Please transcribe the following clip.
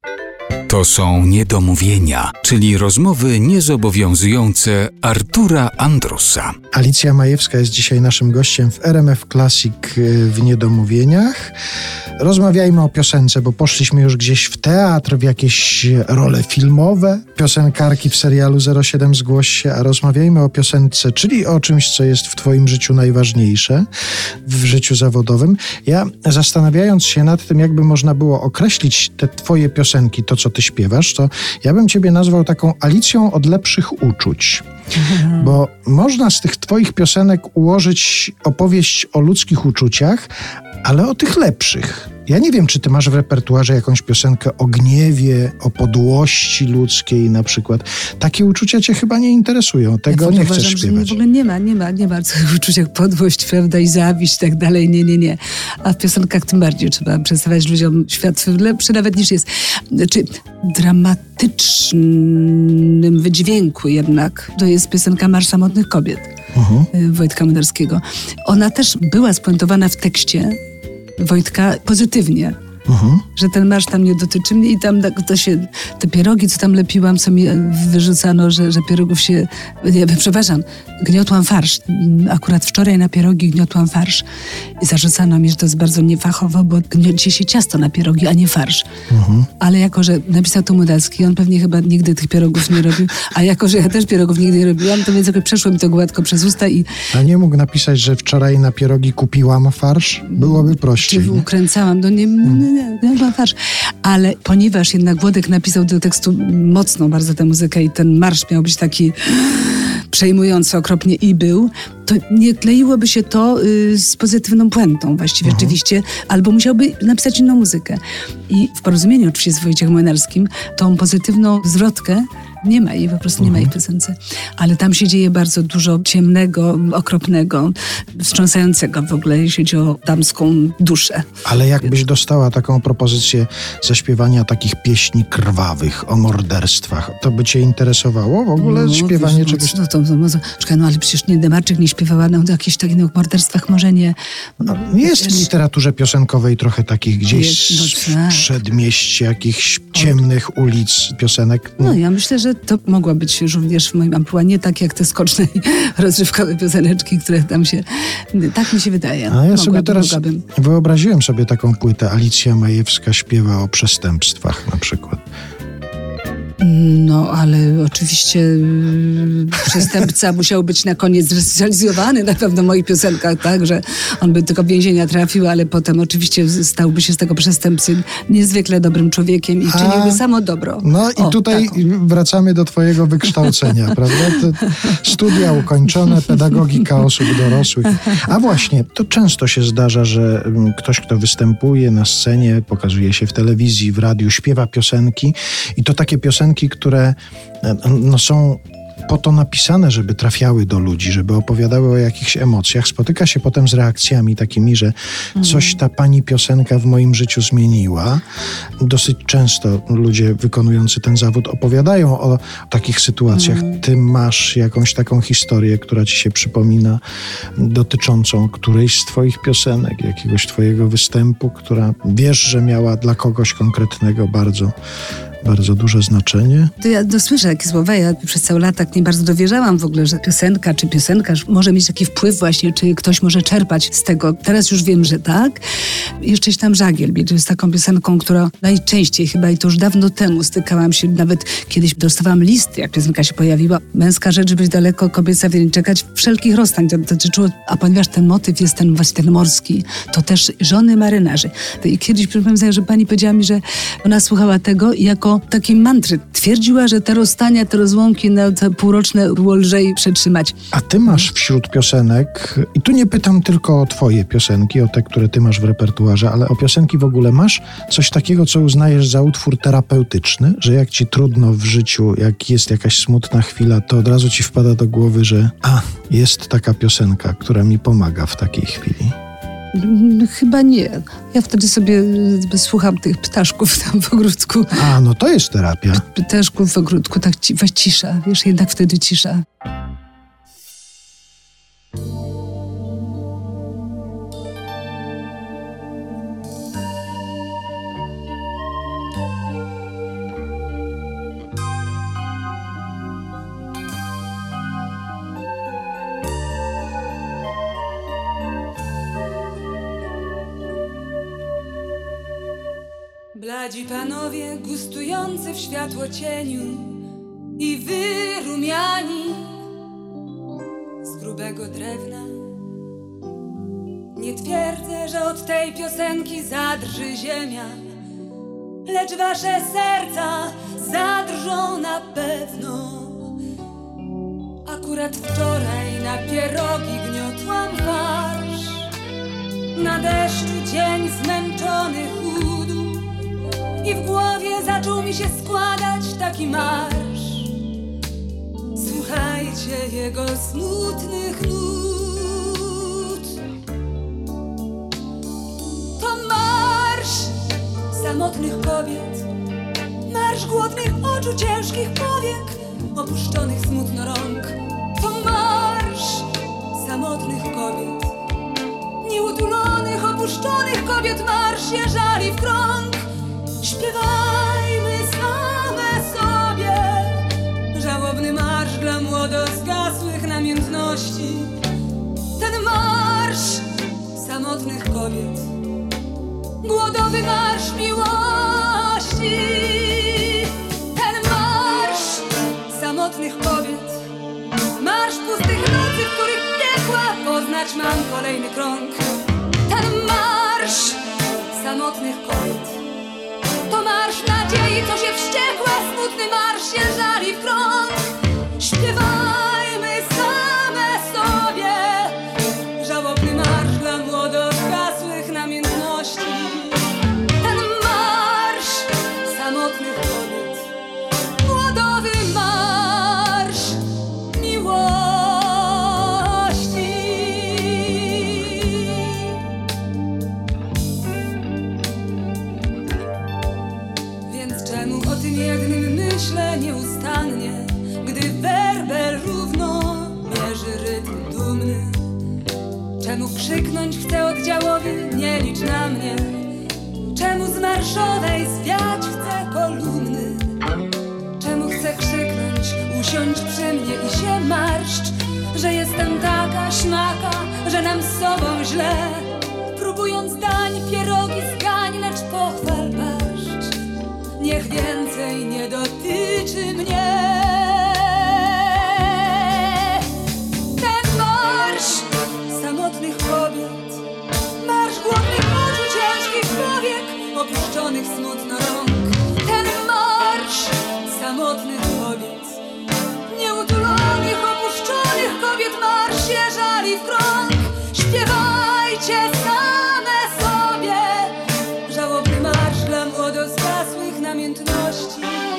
To są niedomówienia, czyli rozmowy niezobowiązujące Artura Andrusa. Alicja Majewska jest dzisiaj naszym gościem w RMF Classic w Niedomówieniach. Rozmawiajmy o piosence, bo poszliśmy już gdzieś w teatr, w jakieś role filmowe, piosenkarki w serialu 07 Zgłoś się, a rozmawiajmy o piosence, czyli o czymś, co jest w twoim życiu najważniejsze, w życiu zawodowym. Ja, zastanawiając się nad tym, jakby można było określić te twoje piosenki, to co ty śpiewasz, to ja bym ciebie nazwał taką Alicją od lepszych uczuć. Bo można z tych twoich piosenek ułożyć opowieść o ludzkich uczuciach, ale o tych lepszych. Ja nie wiem, czy ty masz w repertuarze jakąś piosenkę o gniewie, o podłości ludzkiej na przykład. Takie uczucia cię chyba nie interesują. Tego nie chcesz śpiewać. W ogóle nie ma tych uczuć jak podłość, prawda, i zawiść i tak dalej. Nie. A w piosenkach tym bardziej trzeba przedstawiać ludziom świat lepszy nawet niż jest. Znaczy, dramatycznym wydźwięku jednak to jest piosenka Marsz Samotnych Kobiet Wojtka Moderskiego. Ona też była spuentowana w tekście Wojtka pozytywnie. Że ten marsz tam nie dotyczy mnie i tam to się, te pierogi, co tam lepiłam, co mi wyrzucano, że pierogów się, przepraszam, gniotłam farsz. Akurat wczoraj na pierogi gniotłam farsz i zarzucano mi, że to jest bardzo niefachowo, bo gniecie się ciasto na pierogi, a nie farsz. Ale jako, że napisał to Mudacki, on pewnie chyba nigdy tych pierogów nie robił, a jako, że ja też pierogów nigdy nie robiłam, to więc jakoś przeszło mi to gładko przez usta i... A nie mógł napisać, że wczoraj na pierogi kupiłam farsz? Byłoby prościej. Czy ukręcałam, no nie, farsz. Ale ponieważ jednak Włodek napisał do tekstu mocną bardzo tę muzykę i ten marsz miał być taki przejmujący okropnie i był, to nie kleiłoby się to z pozytywną puentą właściwie rzeczywiście, albo musiałby napisać inną muzykę. I w porozumieniu oczywiście z Wojciechem Młynarskim tą pozytywną zwrotkę nie ma jej, po prostu nie ma jej w piosence. Ale tam się dzieje bardzo dużo ciemnego, okropnego, wstrząsającego w ogóle, jeśli chodzi o damską duszę. Ale jakbyś dostała taką propozycję zaśpiewania takich pieśni krwawych o morderstwach, to by cię interesowało w ogóle śpiewanie czegoś? Czekaj, ale przecież nie Demarczyk nie śpiewała o jakichś takich morderstwach, może nie. Jest w literaturze piosenkowej trochę takich gdzieś przedmieści, jakichś ciemnych ulic piosenek. No ja myślę, że to mogła być również w moim amplua, nie tak jak te skoczne i rozrywkowe pioseneczki, które tam się... Tak mi się wydaje. A ja sobie teraz wyobraziłem sobie taką płytę. Alicja Majewska śpiewa o przestępstwach na przykład. No, ale oczywiście przestępca musiał być na koniec zresocjalizowany na pewno w moich piosenkach, tak, że on by tylko w więzienia trafił, ale potem oczywiście stałby się z tego przestępcy niezwykle dobrym człowiekiem i czyniłby samo dobro. No i tutaj wracamy do twojego wykształcenia, prawda? Studia ukończone, pedagogika osób dorosłych. A właśnie, to często się zdarza, że ktoś, kto występuje na scenie, pokazuje się w telewizji, w radiu, śpiewa piosenki i to takie piosenki, które są po to napisane, żeby trafiały do ludzi, żeby opowiadały o jakichś emocjach. Spotyka się potem z reakcjami takimi, że coś ta pani piosenka w moim życiu zmieniła. Dosyć często ludzie wykonujący ten zawód opowiadają o takich sytuacjach. Ty masz jakąś taką historię, która ci się przypomina, dotyczącą którejś z twoich piosenek, jakiegoś twojego występu, która wiesz, że miała dla kogoś konkretnego bardzo duże znaczenie? To ja słyszę takie słowa. Ja przez całe lata nie bardzo dowierzałam w ogóle, że piosenka czy piosenkarz może mieć taki wpływ właśnie, czy ktoś może czerpać z tego. Teraz już wiem, że tak. Jeszcze tam Żagiel to jest taką piosenką, która najczęściej chyba i to już dawno temu stykałam się, nawet kiedyś dostawałam listy, jak piosenka się pojawiła. Męska rzecz, być daleko, kobieca winien czekać wszelkich rozstań. To dotyczyło, a ponieważ ten motyw jest ten właśnie ten morski, to też żony marynarzy. I kiedyś przypomnę, że pani powiedziała mi, że ona słuchała tego i jako takiej mantry twierdziła, że te rozstania, te rozłąki na te półroczne było lżej przetrzymać. A ty masz wśród piosenek, i tu nie pytam tylko o twoje piosenki, o te, które ty masz w repertuarze, ale o piosenki w ogóle masz coś takiego, co uznajesz za utwór terapeutyczny, że jak ci trudno w życiu, jak jest jakaś smutna chwila, to od razu ci wpada do głowy, że jest taka piosenka, która mi pomaga w takiej chwili. Chyba nie. Ja wtedy sobie słucham tych ptaszków tam w ogródku. No to jest terapia. Ptaszków w ogródku, tak cisza, wiesz, jednak wtedy cisza. Młodzi panowie gustujący w światło cieniu i wyrumiani z grubego drewna. Nie twierdzę, że od tej piosenki zadrży ziemia, lecz wasze serca zadrżą na pewno. Akurat wczoraj na pierogi gniotłam farsz, na deszczu dzień zmęczony chudł i w głowie zaczął mi się składać taki marsz. Słuchajcie jego smutnych nut. To marsz samotnych kobiet, marsz głodnych oczu, ciężkich powiek, opuszczonych smutno rąk. To marsz samotnych kobiet, nieutulonych, opuszczonych kobiet. Marsz je żali w krąg. Śpiewajmy same sobie żałobny marsz dla młodo zgasłych namiętności. Ten marsz samotnych kobiet, głodowy marsz miłości. Ten marsz samotnych kobiet, marsz pustych nocy, w których piekła poznać mam kolejny krąg. Ten marsz samotnych kobiet to marsz nadziei, co się wściekła, smutny marsz się żali w krąg. Śpiewajmy same sobie żałobny marsz dla młodo zgasłych namiętności. Ten marsz samotnych kobiet, głodowy marsz miłości. Więc czemu o tym jednym myślę nieustannie, gdy werbel równo mierzy rytm dumny? Czemu krzyknąć chcę oddziałowi, nie licz na mnie? Czemu z marszowej zwiać chcę kolumny? Czemu chcę krzyknąć, usiądź przy mnie i się marszcz, że jestem taka śmaka, że nam z sobą źle? Próbując dań, pierogi zgań, lecz pochwal barszcz. Niech więcej nie dotyczy mnie. Ten marsz samotnych kobiet, marsz głodnych oczu, ciężkich powiek, opuszczonych smutno rąk. Ten marsz samotnych kobiet, nieutulonych, opuszczonych kobiet. Marsz się żali w krąg. Śpiewajcie same sobie żałobny marsz dla młodo zgasłych namiętności.